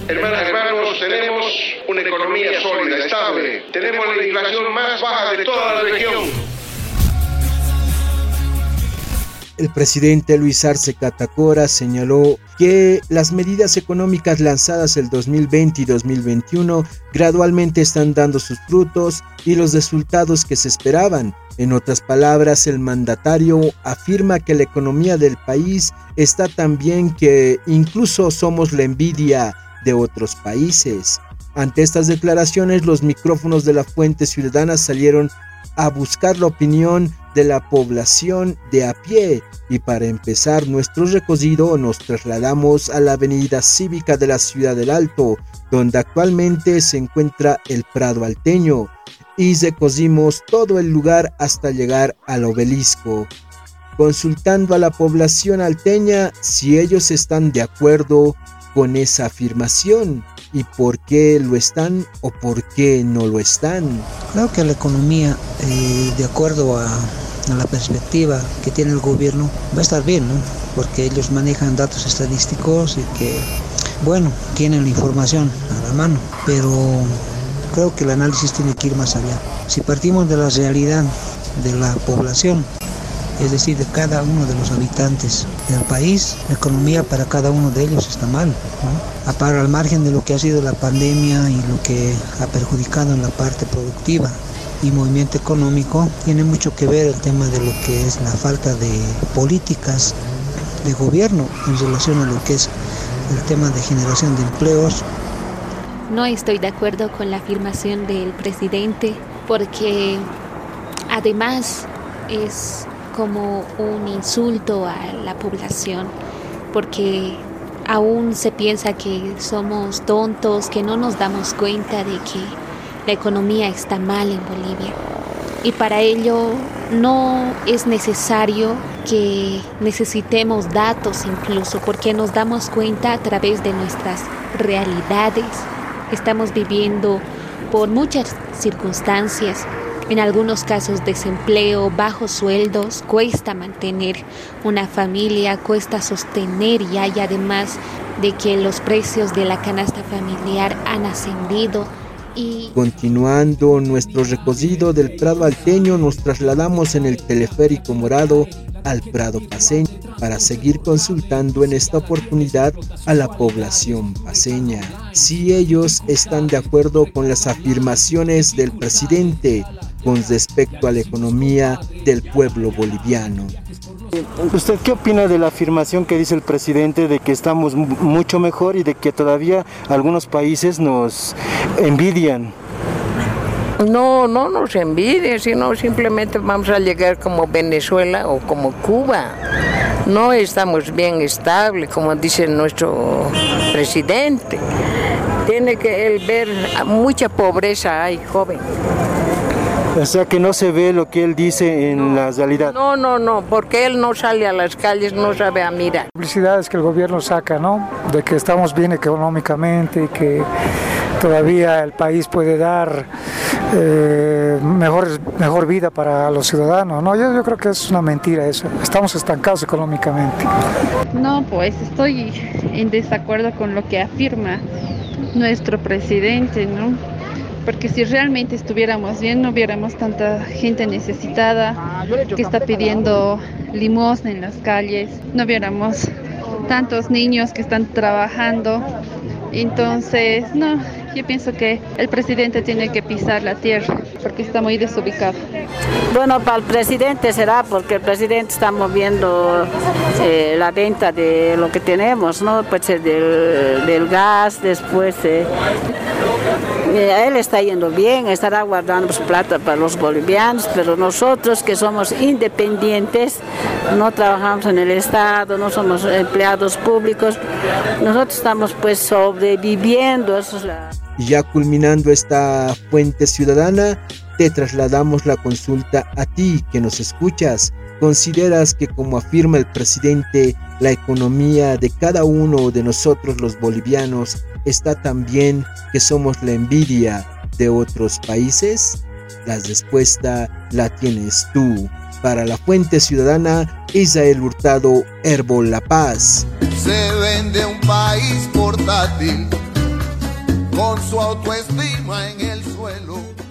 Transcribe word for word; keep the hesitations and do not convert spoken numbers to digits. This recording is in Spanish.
Hermanas, hermanos, tenemos una economía sólida, estable. Tenemos la inflación más baja de toda la región. El presidente Luis Arce Catacora señaló que las medidas económicas lanzadas el dos mil veinte y dos mil veintiuno gradualmente están dando sus frutos y los resultados que se esperaban. En otras palabras, el mandatario afirma que la economía del país está tan bien que incluso somos la envidia de otros países. Ante estas declaraciones, los micrófonos de la Fuente Ciudadana salieron a buscar la opinión de la población de a pie, y para empezar nuestro recorrido nos trasladamos a la avenida cívica de la Ciudad del Alto, donde actualmente se encuentra el Prado Alteño, y recorrimos todo el lugar hasta llegar al obelisco, consultando a la población alteña si ellos están de acuerdo con esa afirmación y por qué lo están o por qué no lo están. Creo que la economía, eh, de acuerdo a, a la perspectiva que tiene el gobierno, va a estar bien, ¿no? Porque ellos manejan datos estadísticos y que, bueno, tienen la información a la mano, pero creo que el análisis tiene que ir más allá. Si partimos de la realidad de la población, es decir, de cada uno de los habitantes del país, la economía para cada uno de ellos está mal, ¿no? Para al margen de lo que ha sido la pandemia y lo que ha perjudicado en la parte productiva y movimiento económico, tiene mucho que ver el tema de lo que es la falta de políticas de gobierno en relación a lo que es el tema de generación de empleos. No estoy de acuerdo con la afirmación del presidente porque además es como un insulto a la población, porque aún se piensa que somos tontos, que no nos damos cuenta de que la economía está mal en Bolivia. Y para ello no es necesario que necesitemos datos incluso, porque nos damos cuenta a través de nuestras realidades. Estamos viviendo por muchas circunstancias. En algunos casos desempleo, bajos sueldos, cuesta mantener una familia, cuesta sostener y hay además de que los precios de la canasta familiar han ascendido. Y... Continuando nuestro recorrido del Prado Alteño, nos trasladamos en el teleférico morado al Prado paceño para seguir consultando en esta oportunidad a la población paceña si ellos están de acuerdo con las afirmaciones del presidente con respecto a la economía del pueblo boliviano. ¿Usted qué opina de la afirmación que dice el presidente de que estamos mucho mejor y de que todavía algunos países nos envidian? No, no nos envidien, sino simplemente vamos a llegar como Venezuela o como Cuba. No estamos bien estables, como dice nuestro presidente. Tiene que él ver mucha pobreza hay, joven. O sea que no se ve lo que él dice en no, la realidad. No, no, no, porque él no sale a las calles, no sabe a mirar. Publicidades que el gobierno saca, ¿no? De que estamos bien económicamente y que todavía el país puede dar eh, mejor, mejor vida para los ciudadanos, ¿no? Yo, yo creo que es una mentira eso. Estamos estancados económicamente. No, pues estoy en desacuerdo con lo que afirma nuestro presidente, ¿no? Porque si realmente estuviéramos bien, no hubiéramos tanta gente necesitada que está pidiendo limosna en las calles, no hubiéramos tantos niños que están trabajando. Entonces, no, yo pienso que el presidente tiene que pisar la tierra porque está muy desubicado. Bueno, para el presidente será porque el presidente está moviendo eh, la venta de lo que tenemos, ¿no? Pues del, del gas, después... Eh, A él está yendo bien, estará guardando su plata para los bolivianos, pero nosotros que somos independientes, no trabajamos en el Estado, no somos empleados públicos, nosotros estamos pues sobreviviendo. Eso es la... Ya culminando esta fuente ciudadana, te trasladamos la consulta a ti que nos escuchas. ¿Consideras que, como afirma el presidente, la economía de cada uno de nosotros los bolivianos está tan bien que somos la envidia de otros países? La respuesta la tienes tú. Para la Fuente Ciudadana, Isael Hurtado, Herbol La Paz. Se vende un país portátil con su autoestima en el suelo.